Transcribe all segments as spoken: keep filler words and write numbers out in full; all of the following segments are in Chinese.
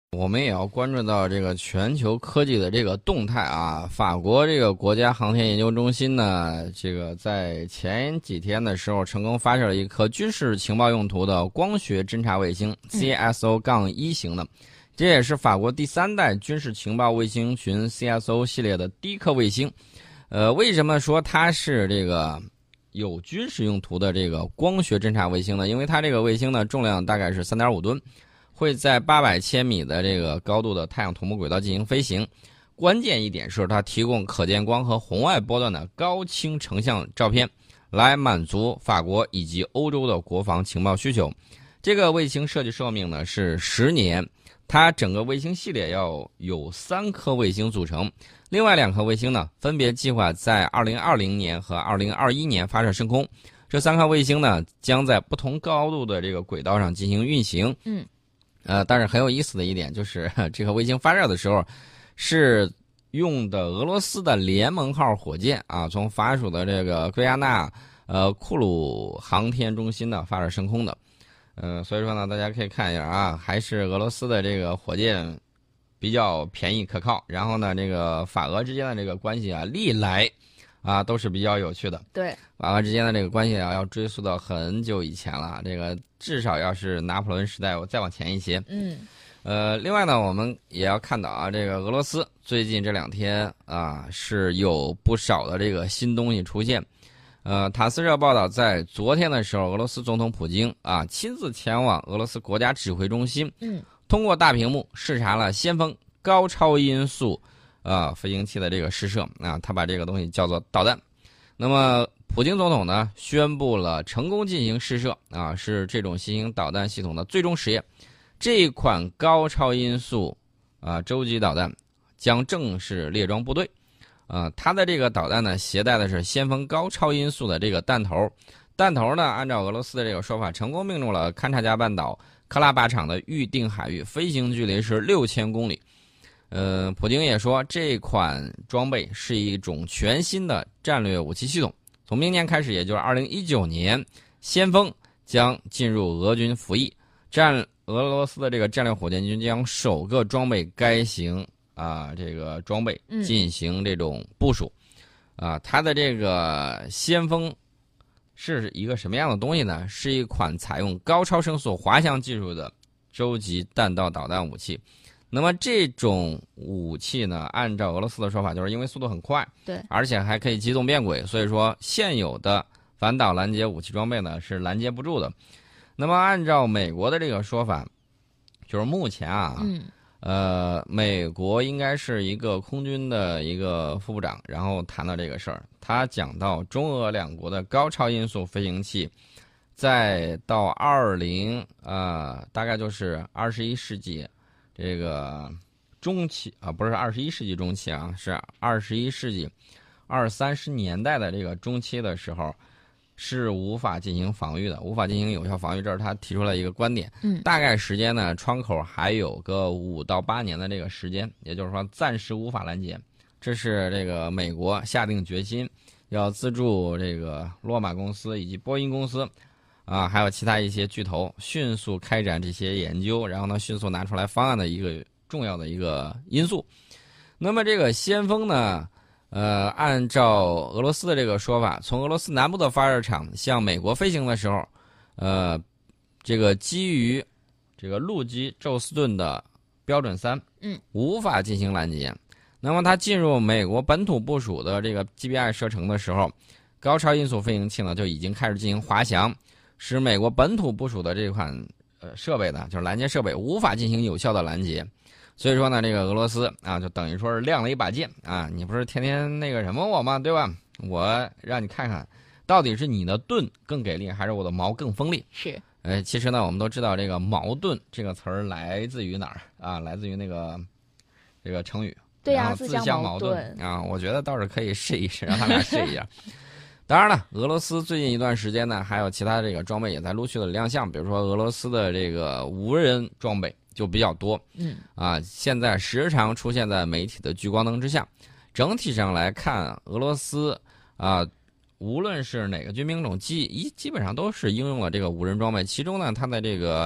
我们也要关注到这个全球科技的这个动态啊。法国这个国家航天研究中心呢，这个在前几天的时候成功发射了一颗军事情报用途的光学侦察卫星 C S O 一 型的，这也是法国第三代军事情报卫星群 C S O 系列的第一颗卫星。呃，为什么说它是这个有军事用途的这个光学侦察卫星呢？因为它这个卫星呢重量大概是 三点五吨。会在八百千米的这个高度的太阳同步轨道进行飞行，关键一点是它提供可见光和红外波段的高清成像照片，来满足法国以及欧洲的国防情报需求。这个卫星设计寿命呢是十年，它整个卫星系列要有三颗卫星组成，另外两颗卫星呢分别计划在二零二零年和二零二一年发射升空。这三颗卫星呢将在不同高度的这个轨道上进行运行。 嗯。 呃，但是很有意思的一点就是，这个卫星发射的时候，是用的俄罗斯的联盟号火箭啊，从法属的这个圭亚那呃库鲁航天中心呢发射升空的。呃，所以说呢，大家可以看一下啊，还是俄罗斯的这个火箭比较便宜可靠。然后呢，这个法俄之间的这个关系啊，历来啊都是比较有趣的。 对， 法俄之间的这个关系啊，要追溯到很久以前了。这个至少要是拿破仑时代，我再往前一些。 嗯， 呃，另外呢，我们也要看到啊，这个俄罗斯最近这两天啊，是有不少的这个新东西出现。呃，塔斯社报道，在昨天的时候，俄罗斯总统普京啊亲自前往俄罗斯国家指挥中心， 嗯， 通过大屏幕视察了先锋高超音速啊飞行器的这个试射啊，他把这个东西叫做导弹。那么普京总统呢宣布了成功进行试射啊，是这种新型导弹系统的最终实验。这款高超音速啊洲际导弹将正式列装部队。啊，它的这个导弹呢携带的是先锋高超音速的这个弹头，弹头呢按照俄罗斯的这个说法，成功命中了勘察加半岛克拉巴场的预定海域，飞行距离是六千公里。呃，普京也说，这款装备是一种全新的战略武器系统。从明年开始，也就是二零一九年，先锋将进入俄军服役，战俄罗斯的这个战略火箭军将首个装备该型啊这个装备进行这种部署。嗯、啊，它的这个先锋是一个什么样的东西呢？是一款采用高超声速滑翔技术的洲际弹道导弹武器。那么这种武器呢，按照俄罗斯的说法，就是因为速度很快， 对， 而且还可以机动变轨，所以说现有的反导拦截武器装备呢是拦截不住的。那么按照美国的这个说法，就是目前啊， 嗯， 呃，美国应该是一个空军的一个副部长，然后谈到这个事儿，他讲到中俄两国的高超音速飞行器，再到二零啊，大概就是二十一世纪。这个中期啊，不是二十一世纪中期啊，是二十一世纪二三十年代的这个中期的时候，是无法进行防御的，无法进行有效防御。这是他提出了一个观点。 嗯， 大概时间呢，窗口还有个五到八年的这个时间，也就是说暂时无法拦截。这是这个美国下定决心要资助这个洛马公司以及波音公司。啊，还有其他一些巨头迅速开展这些研究，然后呢，迅速拿出来方案的一个重要的一个因素。那么这个先锋呢，呃，按照俄罗斯的这个说法，从俄罗斯南部的发射场向美国飞行的时候，呃，这个基于这个陆基宙斯盾的标准三， 嗯， 无法进行拦截。那么它进入美国本土部署的这个 G B I 射程的时候，高超音速飞行器呢就已经开始进行滑翔。使美国本土部署的这款呃设备呢，就是拦截设备无法进行有效的拦截，所以说呢，这个俄罗斯啊，就等于说是亮了一把剑啊，你不是天天那个什么我吗？对吧？我让你看看，到底是你的盾更给力，还是我的矛更锋利？ 是。 呃，其实呢，我们都知道这个矛盾这个词儿来自于哪儿啊？来自于那个这个成语。 对呀、啊， 自相矛盾啊，我觉得倒是可以试一试，让他俩试一下。当然了，俄罗斯最近一段时间呢，还有其他这个装备也在陆续的亮相，比如说俄罗斯的这个无人装备就比较多， 嗯， 啊，现在时常出现在媒体的聚光灯之下。整体上来看，俄罗斯啊，无论是哪个军兵种，基一基本上都是应用了这个无人装备。其中呢，它的这个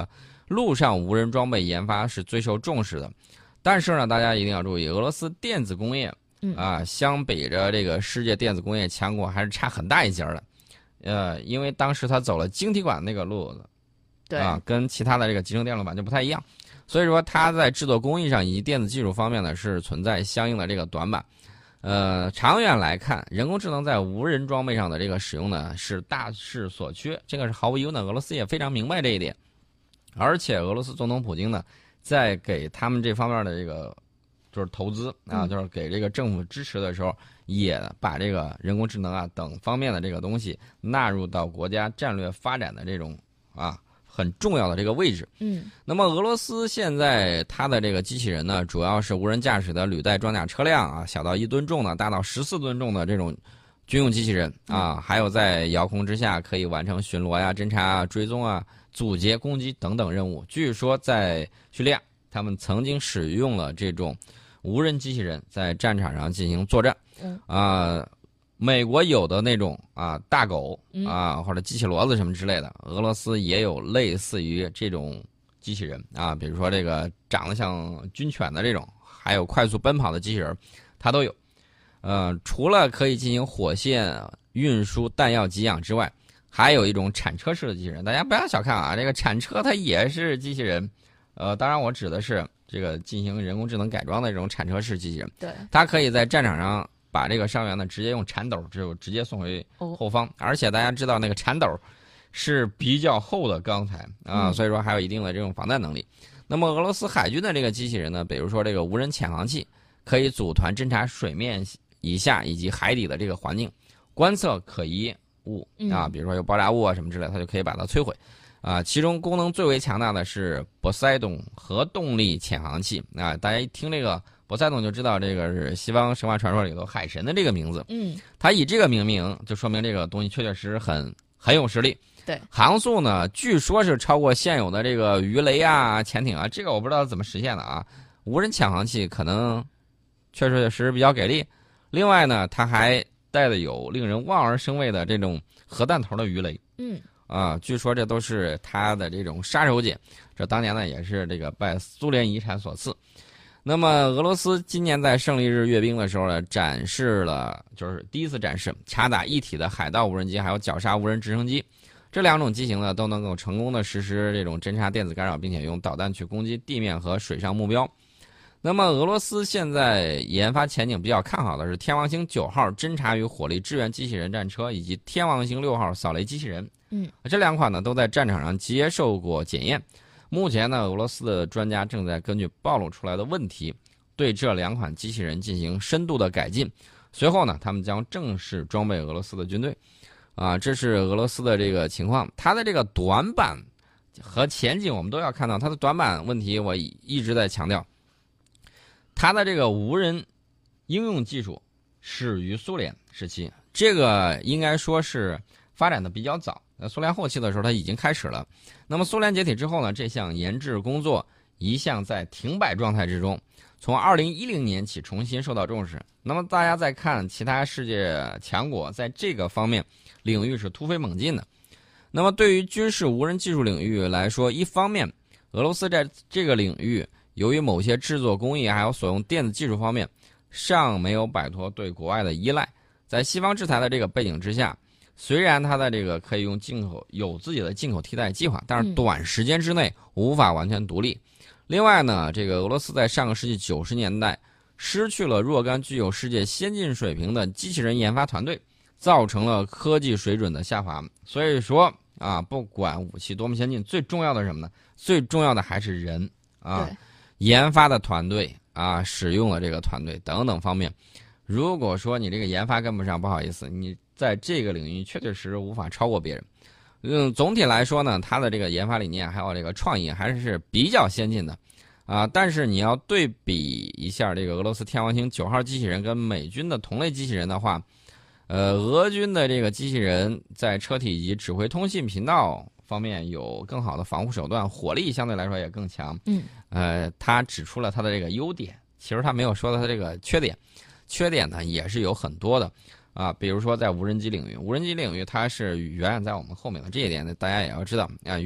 陆上无人装备研发是最受重视的。但是呢，大家一定要注意，俄罗斯电子工业啊，相比着这个世界电子工业强国还是差很大一截的。呃，因为当时他走了晶体管那个路子， 对啊，跟其他的这个集成电路板就不太一样，所以说它在制作工艺上以及电子技术方面呢是存在相应的这个短板。呃，长远来看，人工智能在无人装备上的这个使用呢是大势所趋，这个是毫无疑问的。俄罗斯也非常明白这一点，而且俄罗斯总统普京呢，在给他们这方面的这个就是投资啊，就是给这个政府支持的时候，也把这个人工智能啊等方面的这个东西纳入到国家战略发展的这种啊很重要的这个位置。 嗯， 那么俄罗斯现在它的这个机器人呢，主要是无人驾驶的履带装甲车辆啊，小到一吨重的，大到十四吨重的这种军用机器人啊，还有在遥控之下可以完成巡逻呀、侦察啊、追踪啊、阻截攻击等等任务。据说在叙利亚，他们曾经使用了这种无人机器人在战场上进行作战。 嗯啊，美国有的那种啊大狗啊或者机器骡子什么之类的，俄罗斯也有类似于这种机器人啊，比如说这个长得像军犬的这种，还有快速奔跑的机器人，它都有。呃，除了可以进行火线运输、弹药给养之外，还有一种铲车式的机器人。大家不要小看啊，这个铲车它也是机器人。呃，当然我指的是这个进行人工智能改装的这种铲车式机器人。 对， 它可以在战场上把这个伤员呢直接用铲斗就直接送回后方，哦、而且大家知道那个铲斗是比较厚的钢材啊、嗯，所以说还有一定的这种防弹能力。那么俄罗斯海军的这个机器人呢，比如说这个无人潜航器，可以组团侦察水面以下以及海底的这个环境，观测可疑物啊，比如说有爆炸物啊什么之类的，它就可以把它摧毁。啊，其中功能最为强大的是波塞冬核动力潜航器啊！大家一听这个波塞冬就知道这个是西方神话传说里头海神的这个名字。 嗯， 它以这个命名，就说明这个东西确确实实很很有实力。 对， 航速呢，据说是超过现有的这个鱼雷啊、潜艇啊，这个我不知道怎么实现的啊。无人潜航器可能确确实实比较给力。另外呢，它还带的有令人望而生畏的这种核弹头的鱼雷。 嗯。 啊，据说这都是他的这种杀手锏，这当年呢也是这个拜苏联遗产所赐。那么俄罗斯今年在胜利日阅兵的时候呢，展示了就是第一次展示掐打一体的海盗无人机，还有绞杀无人直升机这两种机型呢，都能够成功的实施这种侦察电子干扰，并且用导弹去攻击地面和水上目标。那么俄罗斯现在研发前景比较看好的是天王星九号侦察与火力支援机器人战车，以及天王星六号扫雷机器人。 嗯， 这两款呢都在战场上接受过检验。目前呢，俄罗斯的专家正在根据暴露出来的问题，对这两款机器人进行深度的改进。随后呢，他们将正式装备俄罗斯的军队。啊，这是俄罗斯的这个情况。它的这个短板和前景我们都要看到，它的短板问题我一直在强调。它的这个无人应用技术始于苏联时期，这个应该说是发展的比较早。那苏联后期的时候，它已经开始了。那么苏联解体之后呢，这项研制工作一向在停摆状态之中。从二零一零年起重新受到重视。那么大家再看其他世界强国在这个方面领域是突飞猛进的。那么对于军事无人技术领域来说，一方面俄罗斯在这个领域由于某些制作工艺还有所用电子技术方面尚没有摆脱对国外的依赖。在西方制裁的这个背景之下，虽然它的这个可以用进口有自己的进口替代计划，但是短时间之内无法完全独立。另外呢，这个俄罗斯在上个世纪九十年代失去了若干具有世界先进水平的机器人研发团队，造成了科技水准的下滑。所以说啊，不管武器多么先进，最重要的是什么呢？最重要的还是人啊，研发的团队啊，使用的这个团队等等方面。如果说你这个研发跟不上，不好意思，你在这个领域确确实实无法超过别人。嗯，总体来说呢，它的这个研发理念还有这个创意还是比较先进的，啊，但是你要对比一下这个俄罗斯天王星九号机器人跟美军的同类机器人的话，呃，俄军的这个机器人在车体以及指挥通信频道方面有更好的防护手段，火力相对来说也更强。 嗯， 呃，他指出了他的这个优点，其实他没有说到他这个缺点，缺点呢也是有很多的。啊，比如说在无人机领域，无人机领域它是远远在我们后面的，这一点呢大家也要知道啊。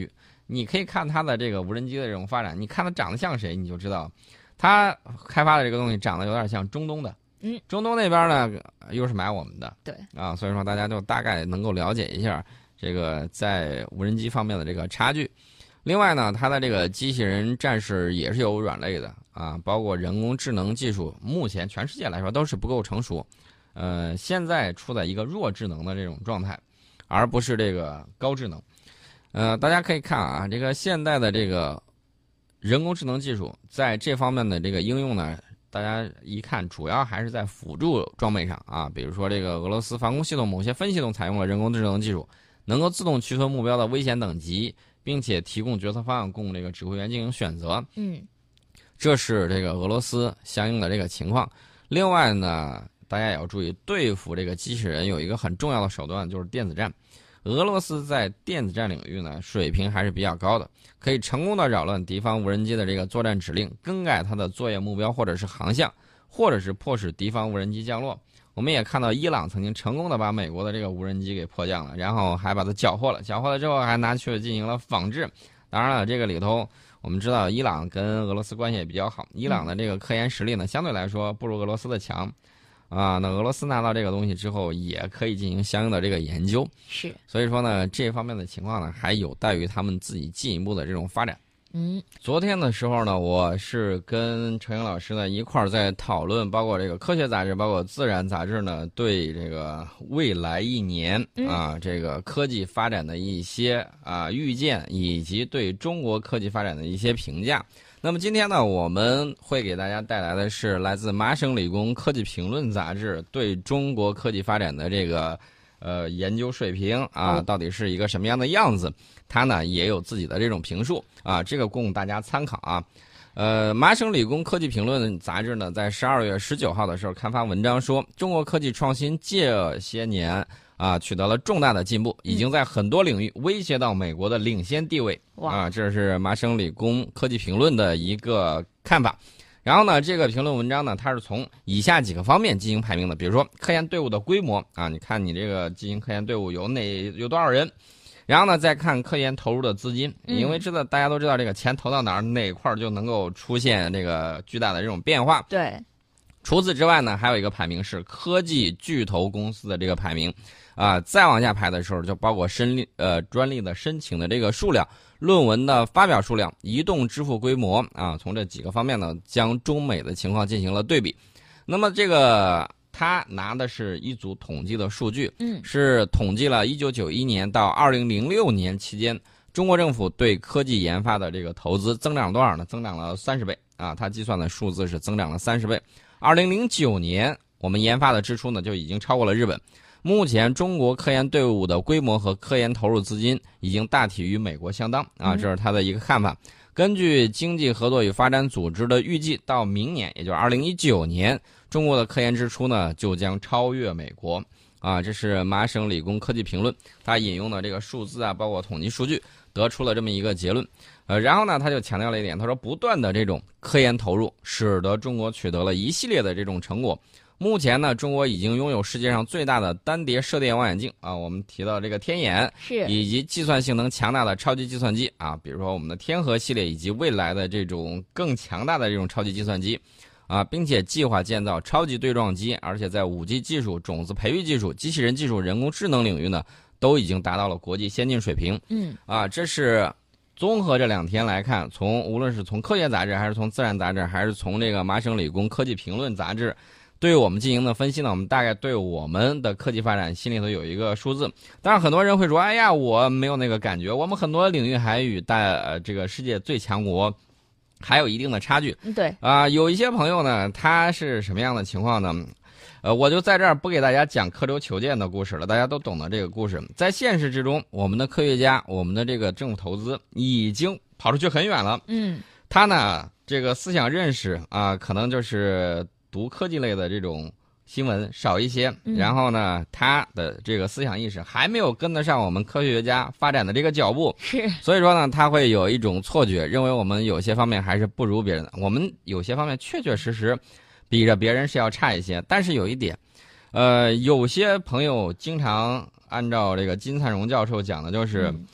你可以看它的这个无人机的这种发展，你看它长得像谁，你就知道，它开发的这个东西长得有点像中东的。 嗯， 中东那边呢又是买我们的， 对啊，所以说大家就大概能够了解一下这个在无人机方面的这个差距。另外呢，它的这个机器人战士也是有软肋的啊，包括人工智能技术，目前全世界来说都是不够成熟，呃，现在处在一个弱智能的这种状态，而不是这个高智能。呃，大家可以看啊，这个现代的这个人工智能技术在这方面的这个应用呢，大家一看主要还是在辅助装备上啊，比如说这个俄罗斯防空系统某些分系统采用了人工智能技术，能够自动区分目标的危险等级，并且提供决策方案供这个指挥员进行选择。 嗯， 这是这个俄罗斯相应的这个情况。另外呢，大家也要注意，对付这个机器人有一个很重要的手段，就是电子战。俄罗斯在电子战领域呢，水平还是比较高的，可以成功的扰乱敌方无人机的这个作战指令，更改它的作业目标或者是航向，或者是迫使敌方无人机降落。我们也看到伊朗曾经成功的把美国的这个无人机给迫降了，然后还把它缴获了，缴获了之后还拿去进行了仿制。当然了，这个里头我们知道伊朗跟俄罗斯关系也比较好，伊朗的这个科研实力呢相对来说不如俄罗斯的强。啊，那俄罗斯拿到这个东西之后，也可以进行相应的这个研究。 是， 所以说呢，这方面的情况呢，还有待于他们自己进一步的这种发展。 嗯， 昨天的时候呢，我是跟程英老师呢一块儿在讨论，包括这个科学杂志，包括自然杂志呢，对这个未来一年啊，这个科技发展的一些啊预见，以及对中国科技发展的一些评价。那么今天呢，我们会给大家带来的是来自麻省理工科技评论杂志对中国科技发展的这个呃研究水平啊，到底是一个什么样的样子？它呢也有自己的这种评述啊，这个供大家参考啊。呃，麻省理工科技评论杂志呢，在十二月十九号的时候刊发文章说，中国科技创新这些年啊，取得了重大的进步，已经在很多领域威胁到美国的领先地位。啊，这是麻省理工科技评论的一个看法。然后呢，这个评论文章呢，它是从以下几个方面进行排名的，比如说科研队伍的规模啊，你看你这个进行科研队伍有哪有多少人，然后呢，再看科研投入的资金，因为知道大家都知道这个钱投到哪儿，哪块就能够出现这个巨大的这种变化。 对。 除此之外呢，还有一个排名是科技巨头公司的这个排名，啊，再往下排的时候就包括申利呃专利的申请的这个数量、论文的发表数量、移动支付规模啊，从这几个方面呢，将中美的情况进行了对比。那么这个他拿的是一组统计的数据， 嗯， 是统计了一九九一年到二零零六年期间，中国政府对科技研发的这个投资增长多少呢？增长了三十倍啊，他计算的数字是增长了三十倍。二零零九年，我们研发的支出呢就已经超过了日本。目前，中国科研队伍的规模和科研投入资金已经大体与美国相当啊，这是他的一个看法。根据经济合作与发展组织的预计，到明年，也就是二零一九年，中国的科研支出呢就将超越美国啊。这是麻省理工科技评论他引用的这个数字啊，包括统计数据，得出了这么一个结论。呃，然后呢，他就强调了一点，他说，不断的这种科研投入，使得中国取得了一系列的这种成果。目前呢，中国已经拥有世界上最大的单碟射电望远镜啊，我们提到这个天眼， 是以及计算性能强大的超级计算机啊，比如说我们的天河系列，以及未来的这种更强大的这种超级计算机啊，并且计划建造超级对撞机，而且在 五 G 技术、种子培育技术、机器人技术、人工智能领域呢，都已经达到了国际先进水平。 嗯， 啊，这是。综合这两天来看，从无论是从科学杂志，还是从自然杂志，还是从这个麻省理工科技评论杂志，对我们进行的分析呢，我们大概对我们的科技发展心里头有一个数字。当然，很多人会说：“哎呀，我没有那个感觉。”我们很多领域还与大、呃、这个世界最强国还有一定的差距。 对啊、呃，有一些朋友呢，他是什么样的情况呢？呃，我就在这儿不给大家讲刻舟求剑的故事了，大家都懂得这个故事。在现实之中，我们的科学家，我们的这个政府投资已经跑出去很远了。 嗯， 他呢，这个思想认识啊、呃，可能就是读科技类的这种新闻少一些， 嗯、 然后呢，他的这个思想意识还没有跟得上我们科学家发展的这个脚步。 是， 所以说呢，他会有一种错觉，认为我们有些方面还是不如别人的。我们有些方面确确实实比着别人是要差一些，但是有一点，呃，有些朋友经常按照这个金灿荣教授讲的，就是、 嗯、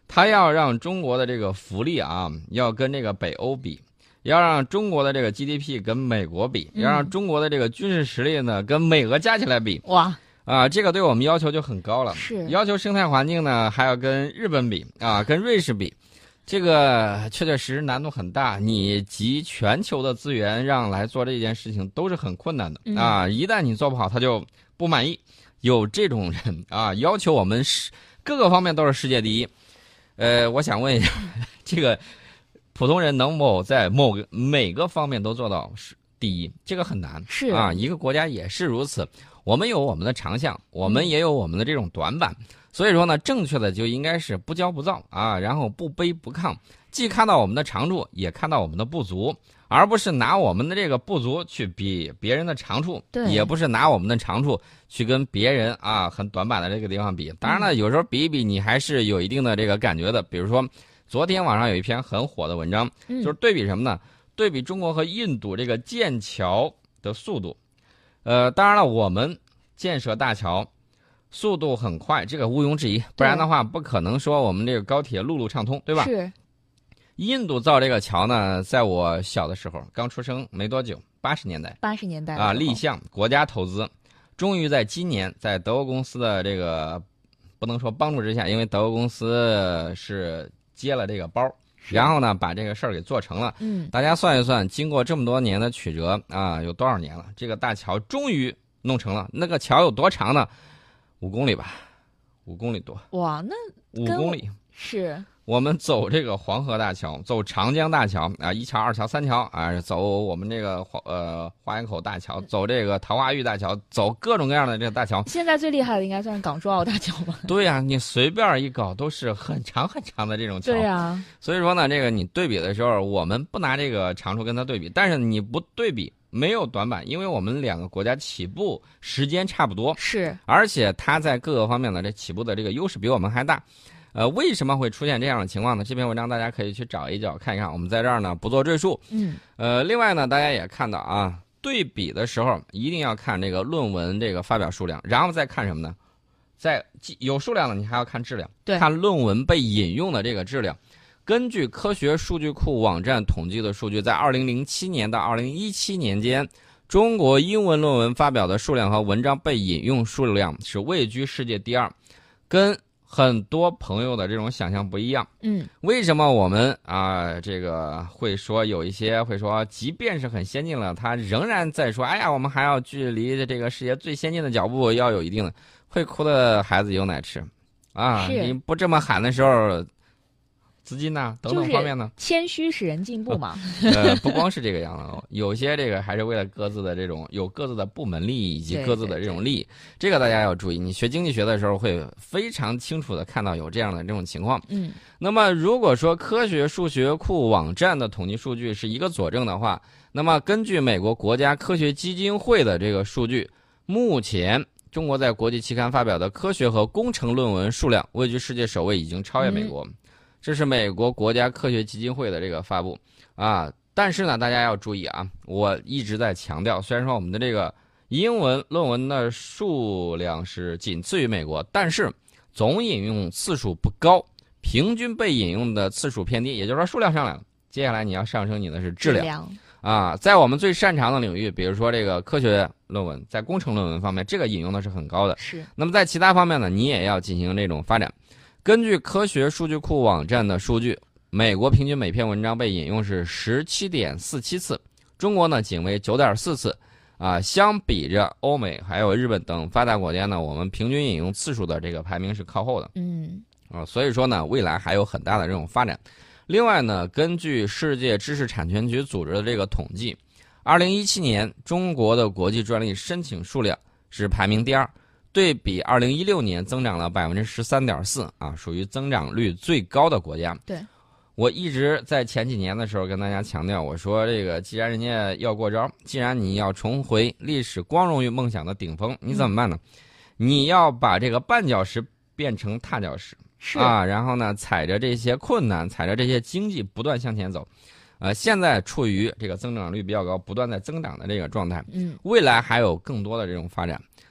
他要让中国的这个福利啊，要跟这个北欧比，要让中国的这个 G D P 跟美国比，要让中国的这个军事实力呢跟美俄加起来比。 哇！ 啊，这个对我们要求就很高了。 是要求生态环境呢，还要跟日本比啊，跟瑞士比，这个确确实实难度很大。你集全球的资源让来做这件事情都是很困难的、嗯、啊！一旦你做不好，他就不满意。有这种人啊，要求我们是各个方面都是世界第一。呃，我想问一下，这个普通人能否在某个每个方面都做到是第一？这个很难。 是啊，一个国家也是如此。我们有我们的长项，我们也有我们的这种短板，所以说呢，正确的就应该是不骄不躁啊，然后不卑不亢，既看到我们的长处，也看到我们的不足，而不是拿我们的这个不足去比别人的长处，也不是拿我们的长处去跟别人啊很短板的这个地方比。当然了，有时候比一比，你还是有一定的这个感觉的。比如说，昨天网上有一篇很火的文章，就是对比什么呢？对比中国和印度这个建桥的速度。呃，当然了，我们建设大桥速度很快，这个毋庸置疑，不然的话不可能说我们这个高铁路路畅通，对吧？ 是。 印度造这个桥呢，在我小的时候，刚出生没多久，八十年代， 八十年代啊，立项，国家投资，终于在今年，在德国公司的这个不能说帮助之下，因为德国公司是接了这个包。然后呢，把这个事儿给做成了。 嗯， 大家算一算，经过这么多年的曲折啊，有多少年了？这个大桥终于弄成了。那个桥有多长呢？五公里吧，五公里多。 哇，那五公里是。 我们走这个黄河大桥，走长江大桥啊，一桥、二桥、三桥啊，走我们这个呃花园口大桥，走这个桃花峪大桥，走各种各样的这个大桥。 现在最厉害的应该算是港珠澳大桥吧？ 对呀、啊，你随便一搞都是很长很长的这种桥。 对呀、啊， 所以说呢，这个你对比的时候，我们不拿这个长处跟它对比，但是你不对比没有短板，因为我们两个国家起步时间差不多， 是， 而且它在各个方面的这起步的这个优势比我们还大。呃，为什么会出现这样的情况呢？这篇文章大家可以去找一找看一看，我们在这儿呢不做赘述。 嗯， 呃，另外呢，大家也看到啊，对比的时候一定要看这个论文这个发表数量，然后再看什么呢？在有数量的你还要看质量， 对， 看论文被引用的这个质量。根据科学数据库网站统计的数据，在二零零七年到二零一七年间，中国英文论文发表的数量和文章被引用数量是位居世界第二，跟很多朋友的这种想象不一样。 嗯， 为什么我们啊这个会说有一些会说，即便是很先进了，他仍然在说，哎呀，我们还要距离这个世界最先进的脚步要有一定的，会哭的孩子有奶吃啊！你不这么喊的时候，资金呢、啊、等等方面呢， 谦虚使人进步嘛。 呃，不光是这个样子哦，有些这个还是为了各自的这种有各自的部门利益以及各自的这种利益，这个大家要注意。你学经济学的时候会非常清楚的看到有这样的这种情况。 嗯， 那么如果说科学数学库网站的统计数据是一个佐证的话，那么根据美国国家科学基金会的这个数据，目前中国在国际期刊发表的科学和工程论文数量位居世界首位，已经超越美国。嗯，这是美国国家科学基金会的这个发布啊，但是呢，大家要注意啊，我一直在强调，虽然说我们的这个英文论文的数量是仅次于美国，但是总引用次数不高，平均被引用的次数偏低，也就是说数量上来了。接下来你要上升你的是质量, 质量啊，在我们最擅长的领域，比如说这个科学论文，在工程论文方面，这个引用的是很高的。 是。 那么在其他方面呢，你也要进行这种发展。根据科学数据库网站的数据，美国平均每篇文章被引用是 十七点四七 次，中国呢仅为 九点四 次，啊，相比着欧美还有日本等发达国家呢，我们平均引用次数的这个排名是靠后的。 嗯， 啊，所以说呢，未来还有很大的这种发展。另外呢，根据世界知识产权局组织的这个统计，二零一七年中国的国际专利申请数量是排名第二。对比二零一六年增长了百分之十三点四啊，属于增长率最高的国家。 对， 我一直在前几年的时候跟大家强调，我说这个既然人家要过招，既然你要重回历史光荣与梦想的顶峰，你怎么办呢？嗯、你要把这个绊脚石变成踏脚石， 是啊，然后呢，踩着这些困难，踩着这些经济不断向前走。呃，现在处于这个增长率比较高、不断在增长的这个状态， 嗯， 未来还有更多的这种发展。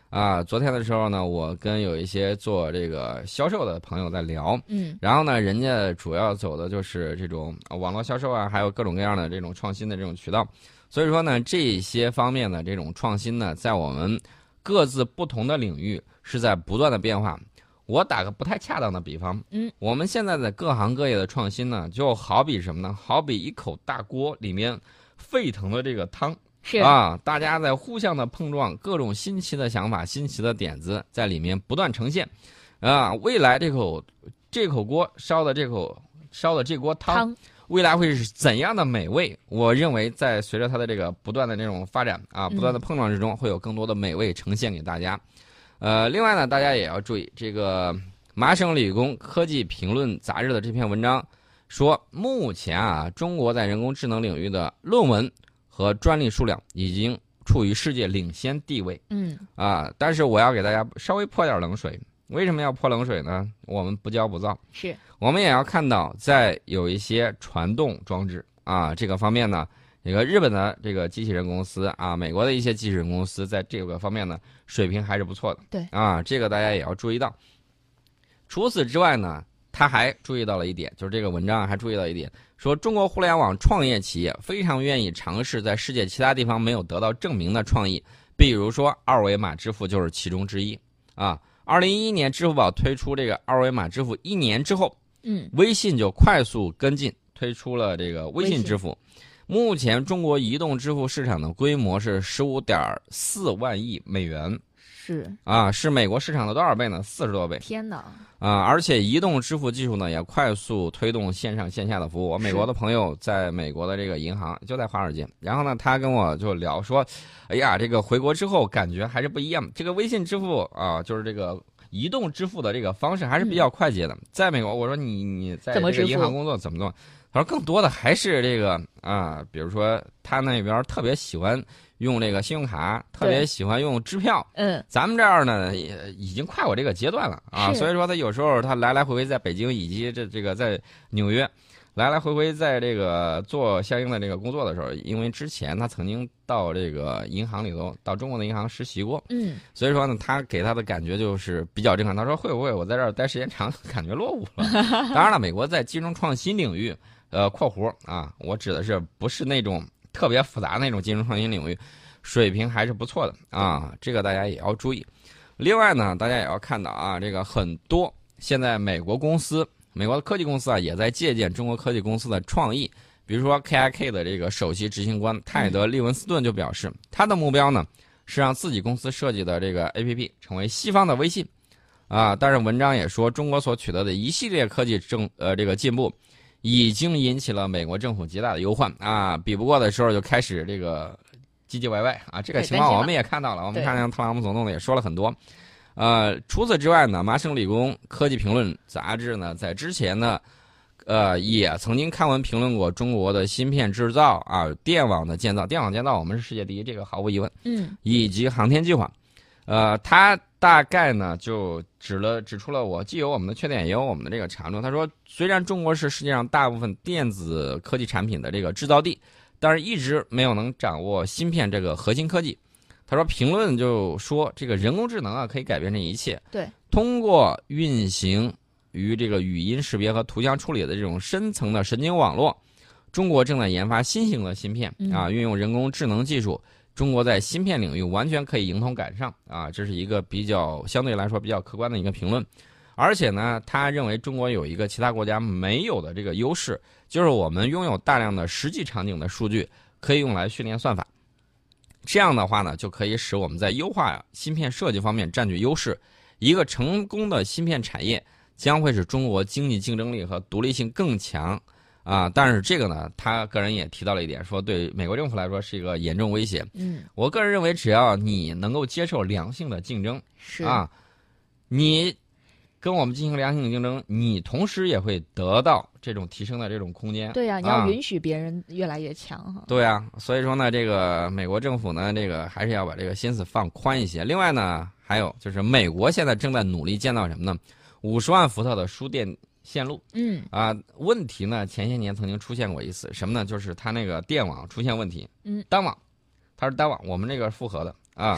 啊，昨天的时候呢，我跟有一些做这个销售的朋友在聊， 嗯， 然后呢，人家主要走的就是这种网络销售啊，还有各种各样的这种创新的这种渠道。所以说呢，这些方面的这种创新呢，在我们各自不同的领域是在不断的变化。我打个不太恰当的比方， 嗯， 我们现在的各行各业的创新呢，就好比什么呢？好比一口大锅里面沸腾的这个汤。 是啊，大家在互相的碰撞，各种新奇的想法、新奇的点子在里面不断呈现，啊，未来这口这口锅烧的这口烧的这锅汤， 汤未来会是怎样的美味？我认为，在随着它的这个不断的这种发展啊，不断的碰撞之中，会有更多的美味呈现给大家。呃，另外呢，大家也要注意，这个麻省理工科技评论杂志的这篇文章说，目前啊，中国在人工智能领域的论文和专利数量已经处于世界领先地位。 嗯啊，但是我要给大家稍微泼点冷水。为什么要泼冷水呢？我们不骄不躁， 是我们也要看到，在有一些传动装置啊这个方面呢，这个日本的这个机器人公司啊，美国的一些机器人公司在这个方面呢，水平还是不错的。 对啊，这个大家也要注意到。除此之外呢，他还注意到了一点，就是这个文章还注意到一点，说中国互联网创业企业非常愿意尝试在世界其他地方没有得到证明的创意，比如说二维码支付就是其中之一啊。二零一一年，支付宝推出这个二维码支付一年之后， 嗯， 微信就快速跟进，推出了这个微信支付。目前中国移动支付市场的规模是十五点四万亿美元。 是啊，是美国市场的多少倍呢？四十多倍。 天哪！ 啊，而且移动支付技术呢也快速推动线上线下的服务。我美国的朋友在美国的这个银行就在华尔街，然后呢，他跟我就聊说，哎呀，这个回国之后感觉还是不一样。这个微信支付啊，就是这个移动支付的这个方式还是比较快捷的。嗯、在美国，我说你你在这个银行工作怎么做？他说更多的还是这个啊，比如说他那边特别喜欢用这个信用卡，特别喜欢用支票。 嗯， 咱们这儿呢也已经快过这个阶段了啊，所以说他有时候他来来回回在北京以及这这个在纽约，来来回回在这个做相应的这个工作的时候，因为之前他曾经到这个银行里头，到中国的银行实习过， 嗯， 所以说呢，他给他的感觉就是比较震撼。他说会不会我在这儿待时间长，感觉落伍了？当然了，美国在金融创新领域。呃，括弧啊，我指的是不是那种特别复杂那种金融创新领域，水平还是不错的啊，这个大家也要注意。另外呢，大家也要看到啊，这个很多现在美国公司、美国的科技公司啊，也在借鉴中国科技公司的创意。比如说 K I K 的这个首席执行官泰德·利文斯顿就表示，他的目标呢是让自己公司设计的这个 A P P 成为西方的微信啊。但是文章也说，中国所取得的一系列科技正呃这个进步。已经引起了美国政府极大的忧患啊！比不过的时候就开始这个唧唧歪歪啊，这个情况我们也看到了。我们看见特朗普总统也说了很多。呃，除此之外呢，麻省理工科技评论杂志呢，在之前呢，呃，也曾经刊文评论过中国的芯片制造啊、电网的建造。电网建造我们是世界第一，这个毫无疑问。 嗯， 以及航天计划。呃，他大概呢就指了指出了我既有我们的缺点，也有我们的这个长处。他说，虽然中国是世界上大部分电子科技产品的这个制造地，但是一直没有能掌握芯片这个核心科技。他说，评论就说这个人工智能啊可以改变这一切。 对， 通过运行于这个语音识别和图像处理的这种深层的神经网络，中国正在研发新型的芯片啊，运用人工智能技术。中国在芯片领域完全可以迎头赶上啊，这是一个比较相对来说比较客观的一个评论。而且呢，他认为中国有一个其他国家没有的这个优势，就是我们拥有大量的实际场景的数据，可以用来训练算法。这样的话呢，就可以使我们在优化芯片设计方面占据优势。一个成功的芯片产业将会使中国经济竞争力和独立性更强。啊，但是这个呢，他个人也提到了一点，说对美国政府来说是一个严重威胁。 嗯， 我个人认为，只要你能够接受良性的竞争， 是啊，你跟我们进行良性的竞争，你同时也会得到这种提升的这种空间。 对呀、啊，你要允许别人越来越强哈。 对啊，所以说呢，这个美国政府呢，这个还是要把这个心思放宽一些。另外呢，还有就是美国现在正在努力建造什么呢？五十万伏特的输电线路。 嗯啊，问题呢，前些年曾经出现过一次，什么呢？就是它那个电网出现问题。 嗯， 单网，它是单网，我们这个是复合的啊。 是。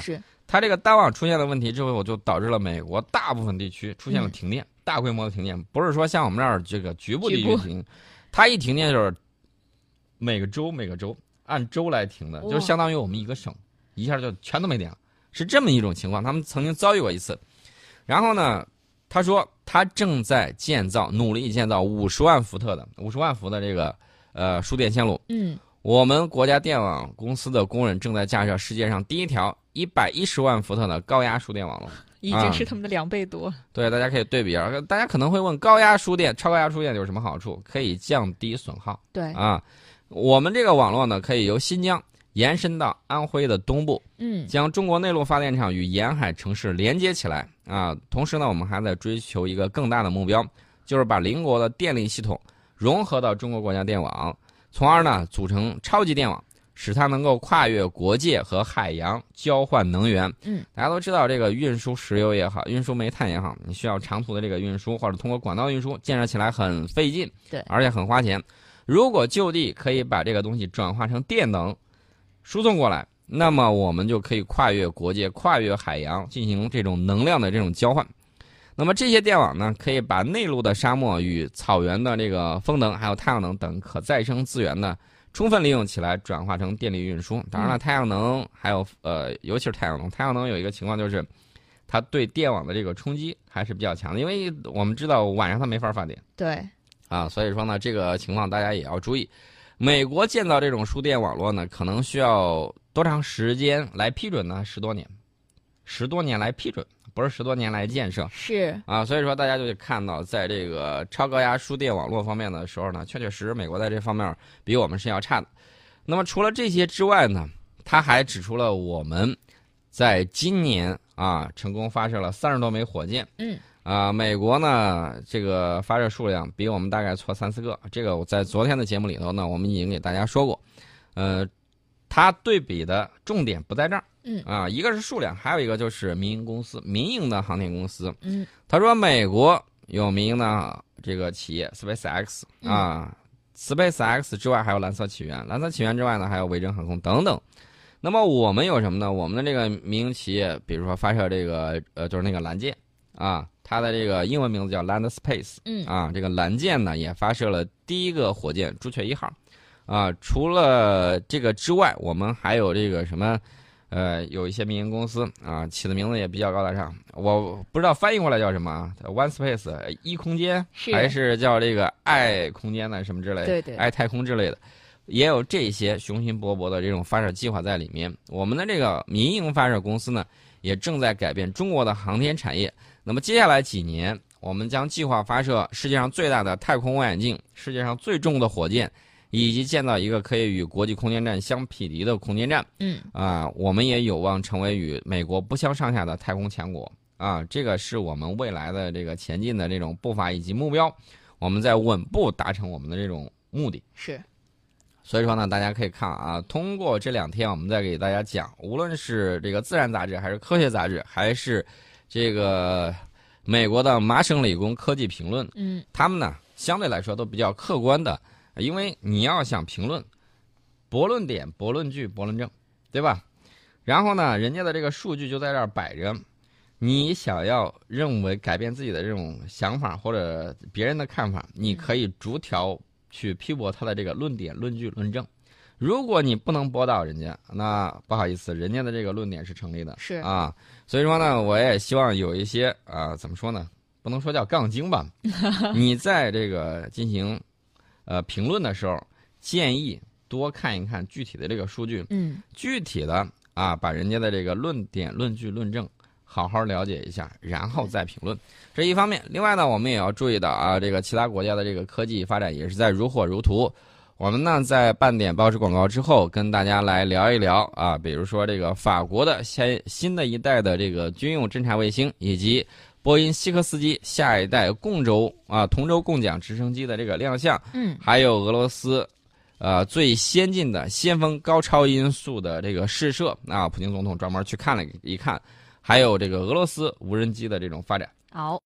它这个单网出现了问题之后，就导致了美国大部分地区出现了停电， 嗯、 大规模的停电，不是说像我们这儿这个局部地区停，它一停电就是每个州每个州按州来停的，就相当于我们一个省一下就全都没电了，是这么一种情况。他们曾经遭遇过一次。然后呢，他说他正在建造，努力建造五十万伏特的五十万伏的这个呃输电线路。 嗯， 我们国家电网公司的工人正在架设世界上第一条一百一十万伏特的高压输电网络， 已经是他们的两倍多。 啊、对，大家可以对比啊。大家可能会问，高压输电、超高压输电有什么好处？可以降低损耗。 对啊，我们这个网络呢，可以由新疆延伸到安徽的东部， 嗯， 将中国内陆发电厂与沿海城市连接起来啊。同时呢，我们还在追求一个更大的目标，就是把邻国的电力系统融合到中国国家电网，从而呢组成超级电网，使它能够跨越国界和海洋交换能源。 嗯， 大家都知道，这个运输石油也好，运输煤炭也好，你需要长途的这个运输或者通过管道运输，建设起来很费劲， 对， 而且很花钱。如果就地可以把这个东西转化成电能输送过来，那么我们就可以跨越国界、跨越海洋进行这种能量的这种交换。那么这些电网呢，可以把内陆的沙漠与草原的这个风能还有太阳能等可再生资源呢充分利用起来，转化成电力运输。当然了，太阳能还有呃，尤其是太阳能，太阳能有一个情况就是，它对电网的这个冲击还是比较强的，因为我们知道晚上它没法发电。 对。 啊，所以说呢，这个情况大家也要注意。美国建造这种输电网络呢，可能需要多长时间来批准呢？十多年，十多年来批准，不是十多年来建设。 是啊，所以说大家就会看到，在这个超高压输电网络方面的时候呢，确确实实美国在这方面比我们是要差的。那么除了这些之外呢，他还指出了我们在今年啊成功发射了三十多枚火箭。 嗯。 啊，美国呢，这个发射数量比我们大概错三四个。这个我在昨天的节目里头呢，我们已经给大家说过。呃，它对比的重点不在这儿。 嗯。 啊，一个是数量，还有一个就是民营公司、民营的航天公司。 嗯。 他说，美国有民营的这个企业 SpaceX 啊、嗯、，SpaceX 之外还有蓝色起源，蓝色起源之外呢还有维珍航空等等。那么我们有什么呢？我们的这个民营企业，比如说发射这个呃，就是那个蓝箭啊。它的这个英文名字叫 Land Space， 嗯啊，这个蓝箭呢也发射了第一个火箭朱雀一号，啊，除了这个之外，我们还有这个什么，呃，有一些民营公司啊，起的名字也比较高大上，我不知道翻译过来叫什么啊 ，One Space 一空间，还是叫这个爱空间呢什么之类的， 对对， 爱太空之类的，也有这些雄心勃勃的这种发射计划在里面。我们的这个民营发射公司呢，也正在改变中国的航天产业。那么接下来几年，我们将计划发射世界上最大的太空望远镜、世界上最重的火箭，以及建造一个可以与国际空间站相匹敌的空间站。 嗯， 啊，我们也有望成为与美国不相上下的太空强国。啊，这个是我们未来的这个前进的这种步伐以及目标，我们在稳步达成我们的这种目的。 是。 所以说呢，大家可以看啊，通过这两天我们再给大家讲，无论是这个《自然》杂志，还是《科学》杂志，还是这个美国的麻省理工科技评论， 嗯， 他们呢相对来说都比较客观的，因为你要想评论，驳论点、驳论句、驳论证，对吧？然后呢，人家的这个数据就在这儿摆着，你想要认为改变自己的这种想法或者别人的看法，你可以逐条去批驳他的这个论点、论据、论证。如果你不能驳倒人家，那不好意思，人家的这个论点是成立的， 是啊。所以说呢，我也希望有一些啊，怎么说呢？不能说叫杠精吧。你在这个进行呃评论的时候，建议多看一看具体的这个数据， 嗯， 具体的啊，把人家的这个论点、论据、论证好好了解一下，然后再评论。这一方面，另外呢，我们也要注意到啊，这个其他国家的这个科技发展也是在如火如荼。我们呢，在半点报时广告之后，跟大家来聊一聊啊，比如说这个法国的新新的一代的这个军用侦察卫星，以及波音西科斯基下一代共轴啊同轴共桨直升机的这个亮相， 嗯， 还有俄罗斯呃最先进的先锋高超音速的这个试射啊，普京总统专门去看了一看，还有这个俄罗斯无人机的这种发展。 好。